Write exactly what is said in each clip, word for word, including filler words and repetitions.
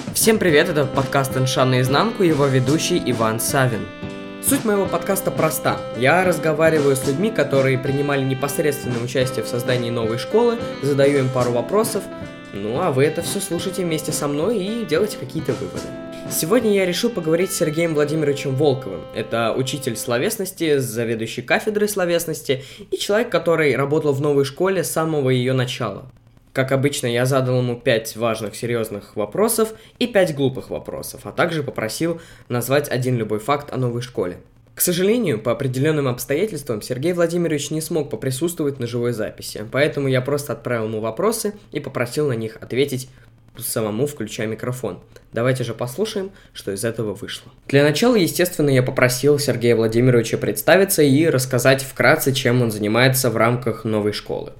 Всем привет, это подкаст «Инша наизнанку», его ведущий Иван Савин. Суть моего подкаста проста. Я разговариваю с людьми, которые принимали непосредственное участие в создании новой школы, задаю им пару вопросов, ну а вы это все слушайте вместе со мной и делайте какие-то выводы. Сегодня я решил поговорить с Сергеем Владимировичем Волковым. Это учитель словесности, заведующий кафедрой словесности и человек, который работал в новой школе с самого ее начала. Как обычно, я задал ему пять важных, серьезных вопросов и пять глупых вопросов, а также попросил назвать один любой факт о новой школе. К сожалению, по определенным обстоятельствам Сергей Владимирович не смог поприсутствовать на живой записи, поэтому я просто отправил ему вопросы и попросил на них ответить самому, включая микрофон. Давайте же послушаем, что из этого вышло. Для начала, естественно, я попросил Сергея Владимировича представиться и рассказать вкратце, чем он занимается в рамках новой школы.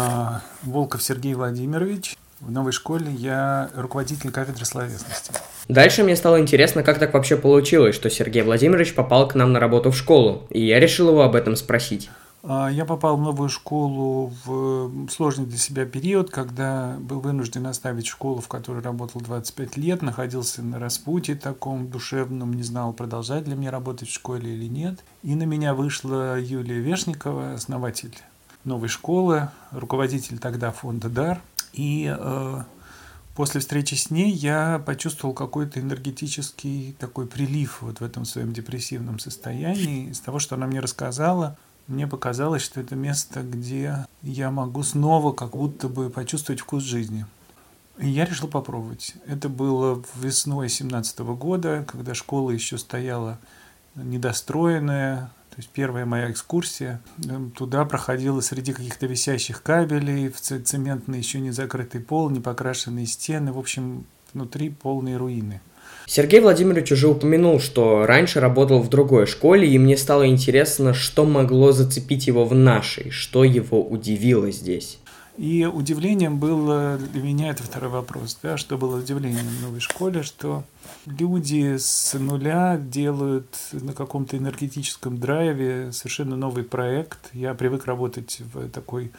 Волков Сергей Владимирович. В новой школе я руководитель кафедры словесности. Дальше мне стало интересно, как так вообще получилось, что Сергей Владимирович попал к нам на работу в школу, и я решил его об этом спросить. Я попал в новую школу в сложный для себя период, когда был вынужден оставить школу, в которой работал двадцать пять лет, находился на распутье таком душевном, не знал, продолжать ли мне работать в школе или нет. И на меня вышла Юлия Вешникова, основатель новой школы, руководитель тогда фонда «Дар». И э, после встречи с ней я почувствовал какой-то энергетический такой прилив вот в этом своем депрессивном состоянии. Из того, что она мне рассказала, мне показалось, что это место, где я могу снова как будто бы почувствовать вкус жизни. И я решил попробовать. Это было весной две тысячи семнадцатого года, когда школа еще стояла недостроенная. То есть первая моя экскурсия туда проходила среди каких-то висящих кабелей, в цементный еще не закрытый пол, не покрашенные стены, в общем, внутри полные руины. Сергей Владимирович уже упомянул, что раньше работал в другой школе, и мне стало интересно, что могло зацепить его в нашей, что его удивило здесь. И удивлением было для меня, это второй вопрос, да, что было удивлением в новой школе, что люди с нуля делают на каком-то энергетическом драйве совершенно новый проект. Я привык работать в такой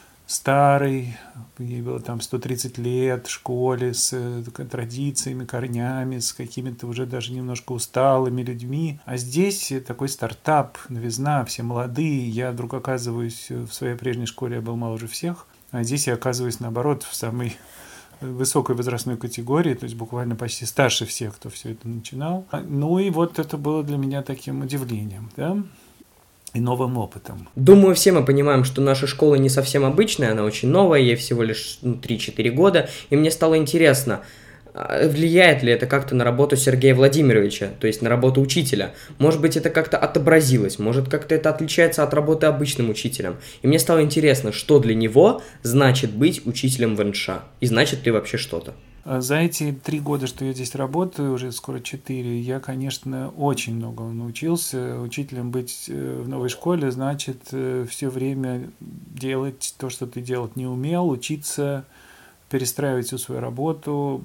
старой, ей было там сто тридцать лет, школе с традициями, корнями, с какими-то уже даже немножко усталыми людьми. А здесь такой стартап, новизна, все молодые. Я вдруг оказываюсь в своей прежней школе, я был моложе всех. А здесь я оказываюсь, наоборот, в самой высокой возрастной категории, то есть буквально почти старше всех, кто все это начинал. Ну и вот это было для меня таким удивлением, да, и новым опытом. Думаю, все мы понимаем, что наша школа не совсем обычная, она очень новая, ей всего лишь ну, три-четыре года, и мне стало интересно, влияет ли это как-то на работу Сергея Владимировича, то есть на работу учителя? Может быть, это как-то отобразилось, может, как-то это отличается от работы обычным учителем. И мне стало интересно, что для него значит быть учителем в НШ, и значит ли вообще что-то. За эти три года, что я здесь работаю, уже скоро четыре, я, конечно, очень многому научился. Учителем быть в новой школе значит все время делать то, что ты делать не умел, учиться перестраивать всю свою работу,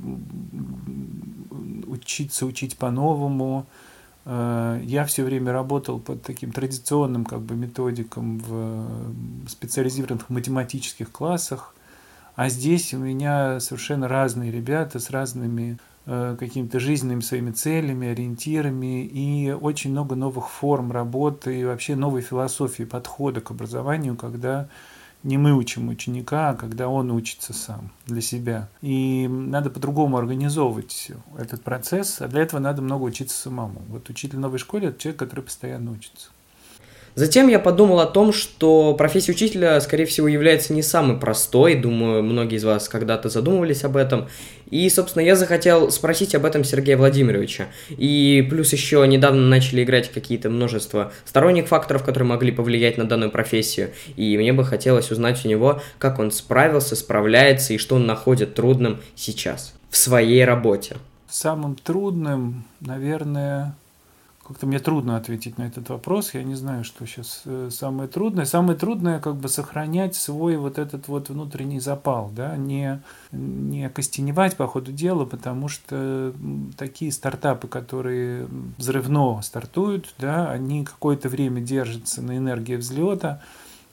учиться учить по-новому. Я все время работал под таким традиционным как бы методикам в специализированных математических классах, а здесь у меня совершенно разные ребята с разными какими-то жизненными своими целями, ориентирами и очень много новых форм работы и вообще новой философии подхода к образованию, когда не мы учим ученика, а когда он учится сам для себя. И надо по-другому организовывать этот процесс, а для этого надо много учиться самому. Вот учитель в новой школе – это человек, который постоянно учится. Затем я подумал о том, что профессия учителя, скорее всего, является не самой простой. Думаю, многие из вас когда-то задумывались об этом. И, собственно, я захотел спросить об этом Сергея Владимировича. И плюс еще недавно начали играть какие-то множество сторонних факторов, которые могли повлиять на данную профессию. И мне бы хотелось узнать у него, как он справился, справляется и что он находит трудным сейчас в своей работе. Самым трудным, наверное... Как-то мне трудно ответить на этот вопрос. Я не знаю, что сейчас самое трудное. Самое трудное как бы сохранять свой вот этот вот внутренний запал, да, не, не окостеневать по ходу дела, потому что такие стартапы, которые взрывно стартуют, да, они какое-то время держатся на энергии взлета,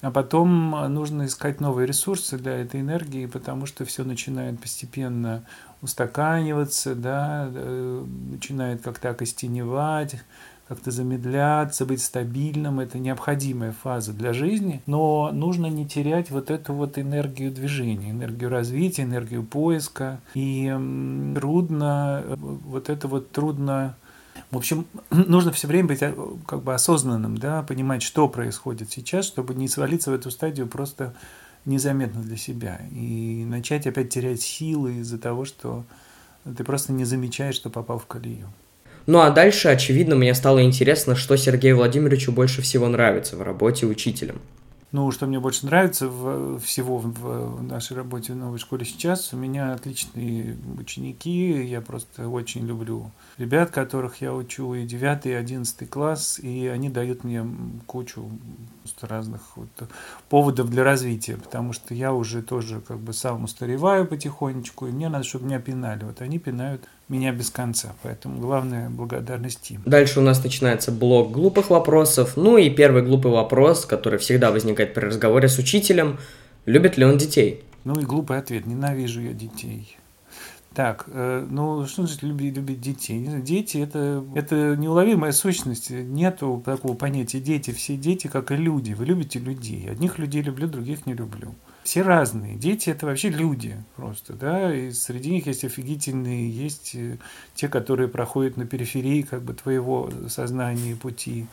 А потом нужно искать новые ресурсы для этой энергии, потому что все начинает постепенно устаканиваться, да, начинает как-то окостеневать, как-то замедляться, быть стабильным. Это необходимая фаза для жизни, но нужно не терять вот эту вот энергию движения, энергию развития, энергию поиска. И трудно, вот это вот трудно... В общем, нужно все время быть как бы осознанным, да, понимать, что происходит сейчас, чтобы не свалиться в эту стадию просто незаметно для себя и начать опять терять силы из-за того, что ты просто не замечаешь, что попал в колею. Ну а дальше, очевидно, мне стало интересно, что Сергею Владимировичу больше всего нравится в работе учителем. Ну, что мне больше нравится в, всего в, в нашей работе в новой школе сейчас, у меня отличные ученики, я просто очень люблю ребят, которых я учу, и девятый, и одиннадцатый класс, и они дают мне кучу разных вот поводов для развития, потому что я уже тоже как бы сам устареваю потихонечку, и мне надо, чтобы меня пинали. Вот они пинают меня без конца, поэтому главное благодарность им. Дальше у нас начинается блок глупых вопросов, ну и первый глупый вопрос, который всегда возникает при разговоре с учителем: любит ли он детей? Ну и глупый ответ: ненавижу я детей. Так, э, ну что значит любить, любить детей? Дети это, это неуловимая сущность, нету такого понятия дети, все дети как и люди, вы любите людей, одних людей люблю, других не люблю. Все разные, дети это вообще люди просто, да, и среди них есть офигительные, есть те, которые проходят на периферии как бы твоего сознания и пути.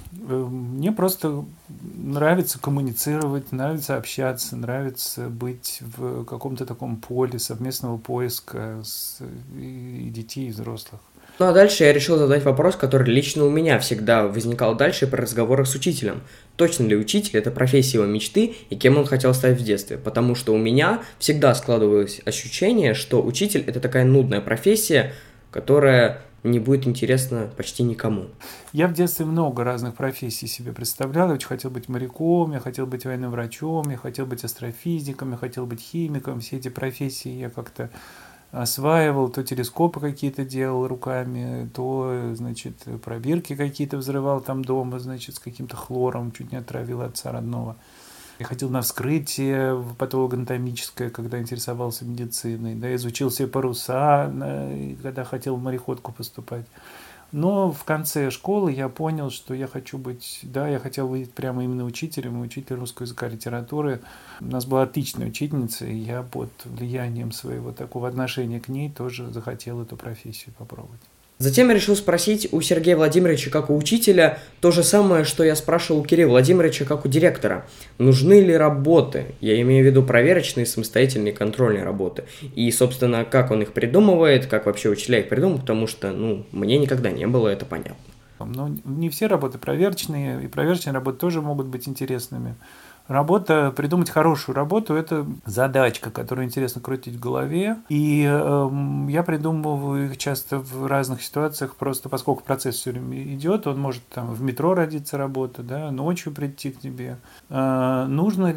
Мне просто нравится коммуницировать, нравится общаться, нравится быть в каком-то таком поле совместного поиска с, и детей, и взрослых. Ну а дальше я решил задать вопрос, который лично у меня всегда возникал дальше при разговорах с учителем. Точно ли учитель – это профессия его мечты и кем он хотел стать в детстве? Потому что у меня всегда складывалось ощущение, что учитель – это такая нудная профессия, которая не будет интересна почти никому. Я в детстве много разных профессий себе представлял. Я очень хотел быть моряком, я хотел быть военным врачом, я хотел быть астрофизиком, я хотел быть химиком. Все эти профессии я как-то осваивал, то телескопы какие-то делал руками, то, значит, пробирки какие-то взрывал там дома, значит, с каким-то хлором, чуть не отравил отца родного. Я ходил на вскрытие патологоанатомическое, когда интересовался медициной, да, изучил все паруса, когда хотел в мореходку поступать. Но в конце школы я понял, что я хочу быть, да, я хотел быть прямо именно учителем, учителем русского языка и литературы. У нас была отличная учительница, и я под влиянием своего такого отношения к ней тоже захотел эту профессию попробовать. Затем я решил спросить у Сергея Владимировича, как у учителя, то же самое, что я спрашивал у Кирилла Владимировича, как у директора. Нужны ли работы? Я имею в виду проверочные, самостоятельные, контрольные работы. И, собственно, как он их придумывает, как вообще учителя их придумывают, потому что, ну, мне никогда не было это понятно. Но не все работы проверочные, и проверочные работы тоже могут быть интересными. Работа, придумать хорошую работу – это задачка, которую интересно крутить в голове. И э, я придумываю их часто в разных ситуациях, просто поскольку процесс все время идет, он может там в метро родиться работа, да, ночью прийти к тебе. Э, нужно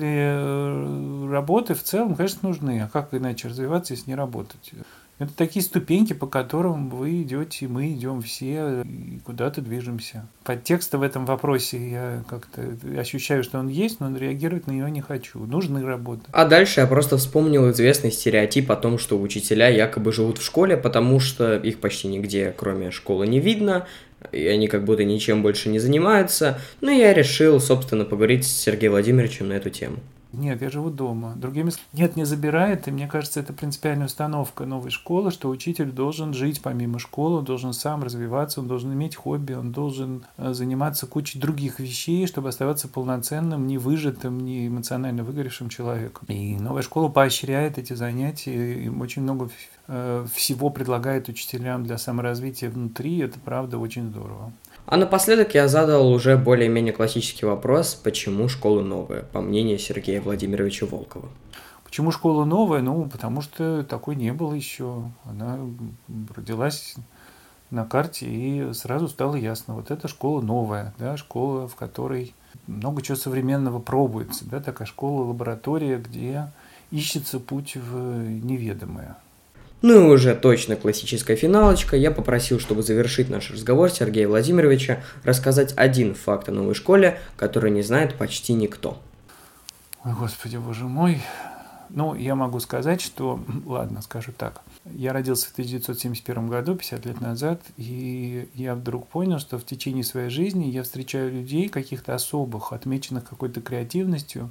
ли работы? В целом, конечно, нужны. А как иначе развиваться, если не работать? Это такие ступеньки, по которым вы идете, и мы идем все, и куда-то движемся. Подтекста в этом вопросе я как-то ощущаю, что он есть, но реагировать на него не хочу. Нужны работы. А дальше я просто вспомнил известный стереотип о том, что учителя якобы живут в школе, потому что их почти нигде, кроме школы, не видно, и они как будто ничем больше не занимаются. Ну и я решил, собственно, поговорить с Сергеем Владимировичем на эту тему. Нет, я живу дома. Другими словами, нет, не забирает, и мне кажется, это принципиальная установка новой школы, что учитель должен жить помимо школы, он должен сам развиваться, он должен иметь хобби, он должен заниматься кучей других вещей, чтобы оставаться полноценным, не выжатым, не эмоционально выгоревшим человеком. И новая школа поощряет эти занятия, и очень много всего предлагает учителям для саморазвития внутри, это правда очень здорово. А напоследок я задал уже более-менее классический вопрос, почему школа новая, по мнению Сергея Владимировича Волкова. Почему школа новая? Ну, потому что такой не было еще. Она родилась на карте, и сразу стало ясно, вот эта школа новая, да, школа, в которой много чего современного пробуется, да, такая школа-лаборатория, где ищется путь в неведомое. Ну и уже точно классическая финалочка. Я попросил, чтобы завершить наш разговор Сергея Владимировича, рассказать один факт о новой школе, который не знает почти никто. Ой, Господи, боже мой. Ну, я могу сказать, что... Ладно, скажу так. Я родился в тысяча девятьсот семьдесят первом году, пятьдесят лет назад, и я вдруг понял, что в течение своей жизни я встречаю людей каких-то особых, отмеченных какой-то креативностью,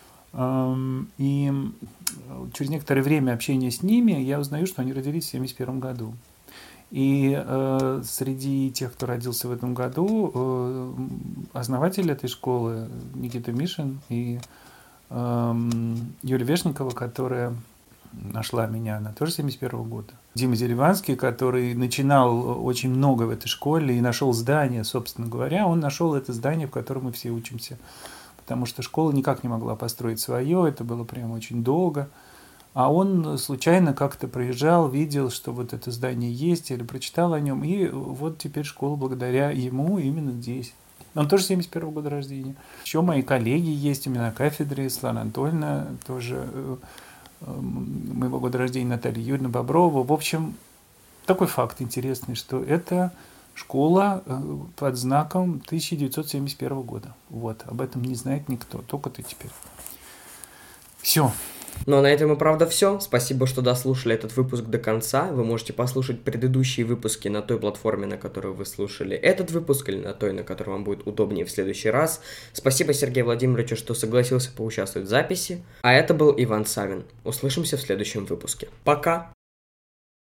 и через некоторое время общения с ними я узнаю, что они родились в семьдесят первом году. И э, среди тех, кто родился в этом году, э, основатель этой школы Никита Мишин и э, Юлия Вешникова, которая нашла меня, она тоже семьдесят первого года. Дима Зеливанский, который начинал очень много в этой школе и нашел здание, собственно говоря, он нашел это здание, в котором мы все учимся. Потому что школа никак не могла построить свое, это было прям очень долго. А он случайно как-то проезжал, видел, что вот это здание есть, или прочитал о нем, и вот теперь школа благодаря ему именно здесь. Он тоже семьдесят первого года рождения. Еще мои коллеги есть у меня на кафедре, Светлана Анатольевна, тоже моего года рождения, Наталья Юрьевна Боброва. В общем, такой факт интересный, что это школа под знаком тысяча девятьсот семьдесят первого года. Вот, об этом не знает никто, только ты теперь. Все. Ну а на этом и правда все. Спасибо, что дослушали этот выпуск до конца. Вы можете послушать предыдущие выпуски на той платформе, на которой вы слушали этот выпуск, или на той, на которой вам будет удобнее в следующий раз. Спасибо Сергею Владимировичу, что согласился поучаствовать в записи. А это был Иван Савин. Услышимся в следующем выпуске. Пока!